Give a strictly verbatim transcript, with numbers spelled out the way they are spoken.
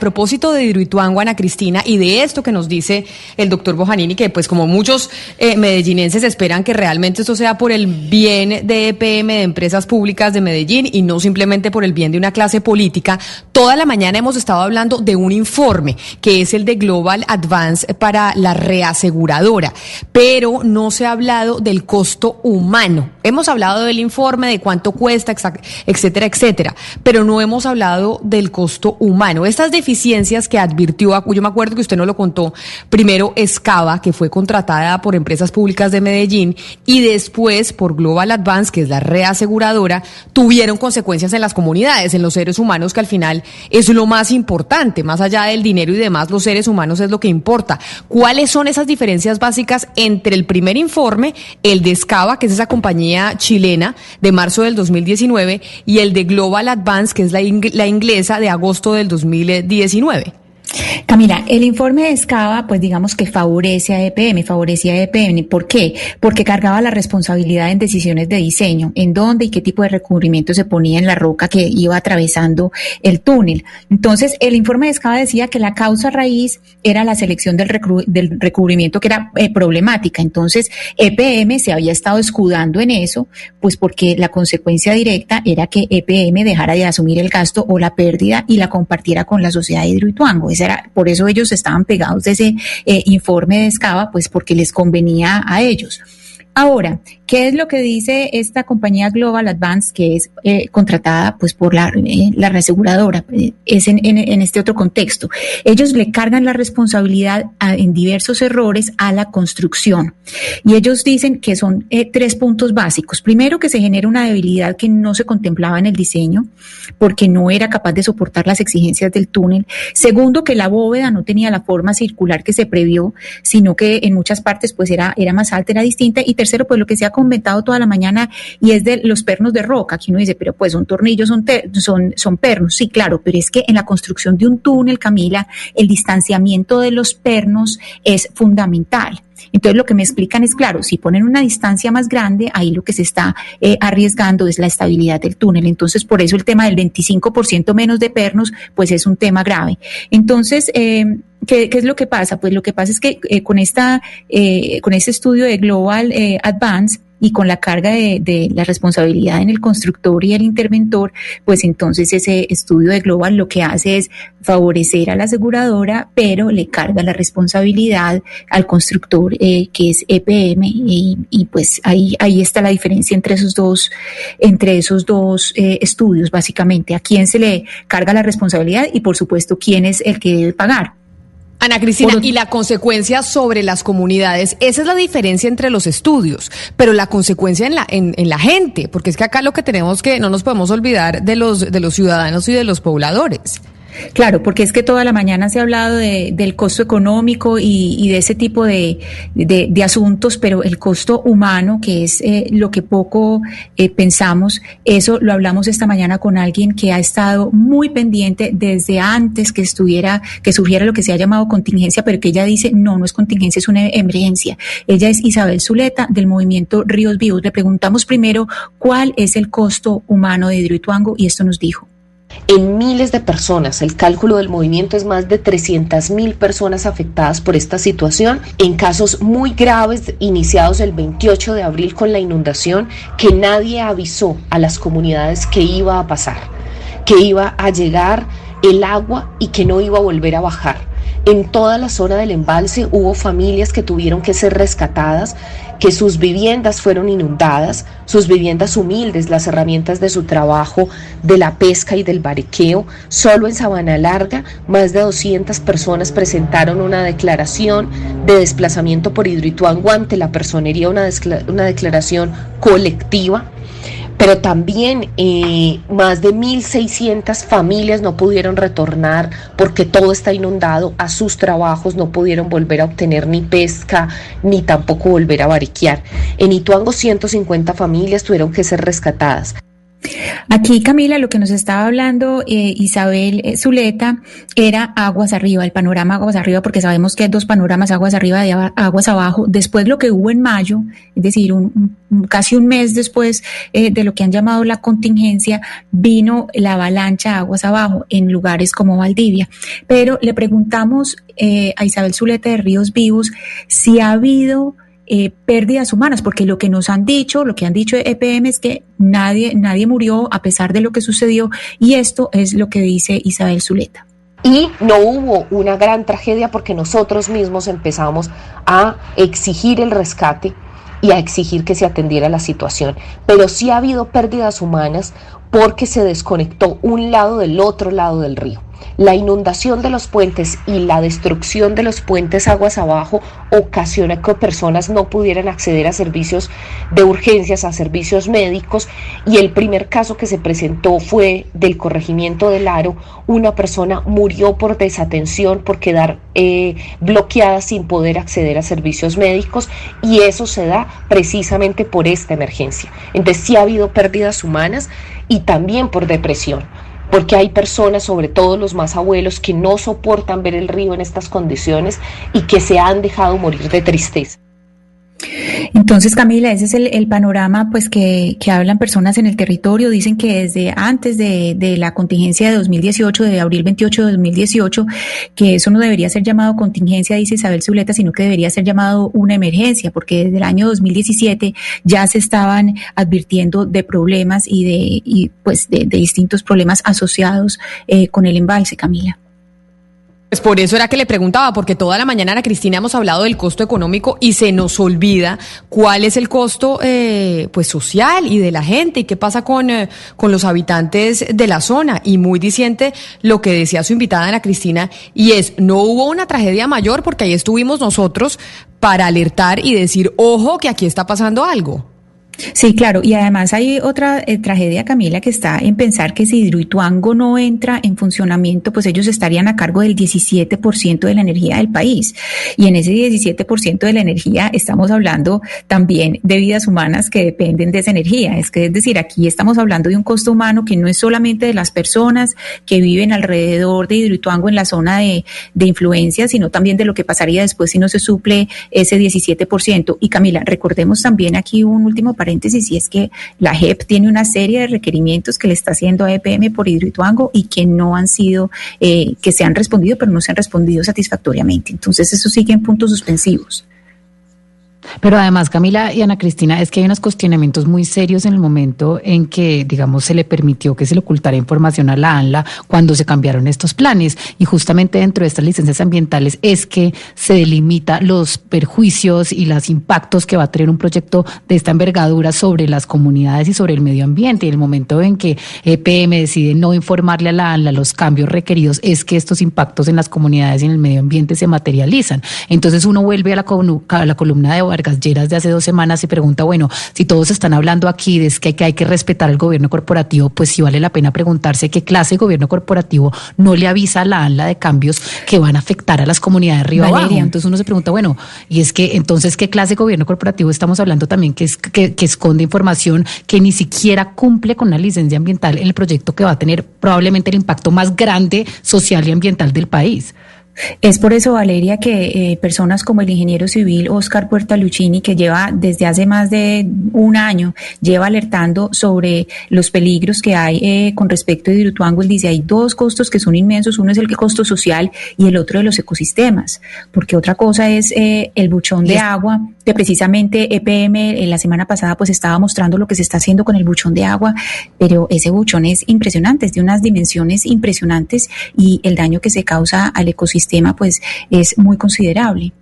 propósito de Hidroituango, Ana Cristina, y de esto que nos dice el doctor Bojanini, que pues como muchos eh, medellinenses esperan que realmente esto sea por el bien de E P M, de Empresas Públicas de Medellín, y no simplemente por el bien de una clase política, toda la mañana hemos estado hablando de un informe, que es el de Global Advance para la reaseguradora, pero no se ha hablado del costo humano. Hemos hablado del informe, de cuánto cuesta, etcétera, etcétera, pero no hemos hablado del costo humano. Estas deficiencias que advirtió, yo me acuerdo que usted nos lo contó, primero Escava, que fue contratada por Empresas Públicas de Medellín, y después por Global Advance, que es la reaseguradora, tuvieron consecuencias en las comunidades, en los seres humanos, que al final es lo más importante, más allá del dinero y demás, los seres humanos es lo que importa. ¿Cuáles son esas diferencias básicas entre el primer informe, el de Escava, que es esa compañía chilena de marzo del dos mil diecinueve, y el de Global Advance, que es la, ing- la inglesa de agosto del dos mil diecinueve? Camila, el informe de Escava, pues digamos que favorece a E P M, favorecía a E P M. ¿Por qué? Porque cargaba la responsabilidad en decisiones de diseño, en dónde y qué tipo de recubrimiento se ponía en la roca que iba atravesando el túnel. Entonces, el informe de Escava decía que la causa raíz era la selección del, recru- del recubrimiento, que era eh, problemática. Entonces, E P M se había estado escudando en eso, pues porque la consecuencia directa era que E P M dejara de asumir el gasto o la pérdida y la compartiera con la sociedad de Hidroituango. Esa era, por eso ellos estaban pegados de ese eh, informe de Escava, pues porque les convenía a ellos. Ahora, ¿qué es lo que dice esta compañía Global Advance, que es eh, contratada pues por la, eh, la reaseguradora? Eh, es en, en, en este otro contexto. Ellos le cargan la responsabilidad a, en diversos errores a la construcción. Y ellos dicen que son eh, tres puntos básicos. Primero, que se genera una debilidad que no se contemplaba en el diseño, porque no era capaz de soportar las exigencias del túnel. Segundo, que la bóveda no tenía la forma circular que se previó, sino que en muchas partes pues era, era más alta, era distinta. Y tercero, pues lo que se ha comentado toda la mañana, y es de los pernos de roca, que uno dice, pero pues son tornillos, son, ter- son, son pernos. Sí, claro, pero es que en la construcción de un túnel, Camila, el distanciamiento de los pernos es fundamental. Entonces lo que me explican es, claro, si ponen una distancia más grande, ahí lo que se está eh, arriesgando es la estabilidad del túnel. Entonces, por eso el tema del veinticinco por ciento menos de pernos, pues es un tema grave. Entonces, eh, ¿Qué, ¿Qué es lo que pasa? Pues lo que pasa es que eh, con esta, eh, con este estudio de Global eh, Advance y con la carga de, de la responsabilidad en el constructor y el interventor, pues entonces ese estudio de Global lo que hace es favorecer a la aseguradora, pero le carga la responsabilidad al constructor, eh, que es E P M, y, y pues ahí, ahí está la diferencia entre esos dos, entre esos dos eh, estudios, básicamente, a quién se le carga la responsabilidad y por supuesto quién es el que debe pagar. Ana Cristina, y la consecuencia sobre las comunidades, esa es la diferencia entre los estudios, pero la consecuencia en la en, en la gente, porque es que acá lo que tenemos que, no nos podemos olvidar de los de los ciudadanos y de los pobladores. Claro, porque es que toda la mañana se ha hablado de, del costo económico y, y de ese tipo de, de, de asuntos, pero el costo humano, que es eh, lo que poco eh, pensamos, eso lo hablamos esta mañana con alguien que ha estado muy pendiente desde antes que estuviera, que surgiera lo que se ha llamado contingencia, pero que ella dice, no, no es contingencia, es una emergencia. Ella es Isabel Zuleta, del movimiento Ríos Vivos. Le preguntamos primero cuál es el costo humano de Hidroituango y esto nos dijo. En miles de personas, el cálculo del movimiento es más de trescientas mil personas afectadas por esta situación, en casos muy graves iniciados el veintiocho de abril con la inundación, que nadie avisó a las comunidades que iba a pasar, que iba a llegar el agua y que no iba a volver a bajar. En toda la zona del embalse hubo familias que tuvieron que ser rescatadas, que sus viviendas fueron inundadas, sus viviendas humildes, las herramientas de su trabajo, de la pesca y del bariqueo. Solo en Sabana Larga, más de doscientas personas presentaron una declaración de desplazamiento por Hidroituango ante la personería, una, descla- una declaración colectiva. Pero también eh, más de mil seiscientas familias no pudieron retornar porque todo está inundado a sus trabajos, no pudieron volver a obtener ni pesca, ni tampoco volver a bariquear. En Ituango ciento cincuenta familias tuvieron que ser rescatadas. Aquí, Camila, lo que nos estaba hablando eh, Isabel eh, Zuleta era aguas arriba, el panorama aguas arriba, porque sabemos que hay dos panoramas, aguas arriba y aguas abajo. Después lo que hubo en mayo, es decir, un, un, casi un mes después eh, de lo que han llamado la contingencia, vino la avalancha aguas abajo en lugares como Valdivia. Pero le preguntamos eh, a Isabel Zuleta de Ríos Vivos si ha habido Eh, pérdidas humanas, porque lo que nos han dicho, lo que han dicho E P M es que nadie, nadie murió a pesar de lo que sucedió, y esto es lo que dice Isabel Zuleta. Y no hubo una gran tragedia porque nosotros mismos empezamos a exigir el rescate y a exigir que se atendiera la situación, pero sí ha habido pérdidas humanas porque se desconectó un lado del otro lado del río. La inundación de los puentes y la destrucción de los puentes aguas abajo ocasiona que personas no pudieran acceder a servicios de urgencias, a servicios médicos, y el primer caso que se presentó fue del corregimiento del Aro. Una persona murió por desatención, por quedar eh, bloqueada sin poder acceder a servicios médicos, y eso se da precisamente por esta emergencia. Entonces sí ha habido pérdidas humanas y también por depresión, porque hay personas, sobre todo los más abuelos, que no soportan ver el río en estas condiciones y que se han dejado morir de tristeza. Entonces, Camila, ese es el, el panorama pues que, que hablan personas en el territorio. Dicen que desde antes de, de la contingencia de dos mil dieciocho, de abril veintiocho de dos mil dieciocho, que eso no debería ser llamado contingencia, dice Isabel Zuleta, sino que debería ser llamado una emergencia, porque desde el año dos mil diecisiete ya se estaban advirtiendo de problemas y de, y pues de, de distintos problemas asociados eh, con el embalse, Camila. Pues por eso era que le preguntaba, porque toda la mañana, Ana Cristina, hemos hablado del costo económico y se nos olvida cuál es el costo eh, pues social y de la gente, y qué pasa con, eh, con los habitantes de la zona. Y muy diciente lo que decía su invitada Ana Cristina, y es, no hubo una tragedia mayor porque ahí estuvimos nosotros para alertar y decir, ojo, que aquí está pasando algo. Sí, claro, y además hay otra eh, tragedia, Camila, que está en pensar que si Hidroituango no entra en funcionamiento, pues ellos estarían a cargo del diecisiete por ciento de la energía del país, y en ese diecisiete por ciento de la energía estamos hablando también de vidas humanas que dependen de esa energía. Es que, es decir, aquí estamos hablando de un costo humano que no es solamente de las personas que viven alrededor de Hidroituango en la zona de, de influencia, sino también de lo que pasaría después si no se suple ese diecisiete por ciento. Y Camila, recordemos también aquí un último paréntesis, y es que la J E P tiene una serie de requerimientos que le está haciendo a E P M por Hidroituango y que no han sido, eh, que se han respondido, pero no se han respondido satisfactoriamente. Entonces, eso sigue en puntos suspensivos. Pero además, Camila y Ana Cristina, es que hay unos cuestionamientos muy serios en el momento en que, digamos, se le permitió que se le ocultara información a la ANLA cuando se cambiaron estos planes, y justamente dentro de estas licencias ambientales es que se delimita los perjuicios y los impactos que va a tener un proyecto de esta envergadura sobre las comunidades y sobre el medio ambiente. Y el momento en que E P M decide no informarle a la ANLA los cambios requeridos, es que estos impactos en las comunidades y en el medio ambiente se materializan. Entonces uno vuelve a la, a la columna de Vargas Lleras de hace dos semanas y pregunta, bueno, si todos están hablando aquí de que, que hay que respetar el gobierno corporativo, pues sí vale la pena preguntarse qué clase de gobierno corporativo no le avisa a la ANLA de cambios que van a afectar a las comunidades río Valeria. abajo. Entonces uno se pregunta, bueno, y es que entonces qué clase de gobierno corporativo estamos hablando también que, es, que, que esconde información que ni siquiera cumple con la licencia ambiental en el proyecto que va a tener probablemente el impacto más grande social y ambiental del país. Es por eso, Valeria, que eh, personas como el ingeniero civil Oscar Puerta Luchini, que lleva desde hace más de un año, lleva alertando sobre los peligros que hay eh, con respecto a Hidroituango. Él dice, hay dos costos que son inmensos, uno es el costo social y el otro de los ecosistemas, porque otra cosa es eh, el buchón de agua, que precisamente E P M eh, la semana pasada pues estaba mostrando lo que se está haciendo con el buchón de agua, pero ese buchón es impresionante, es de unas dimensiones impresionantes, y el daño que se causa al ecosistema pues es muy considerable.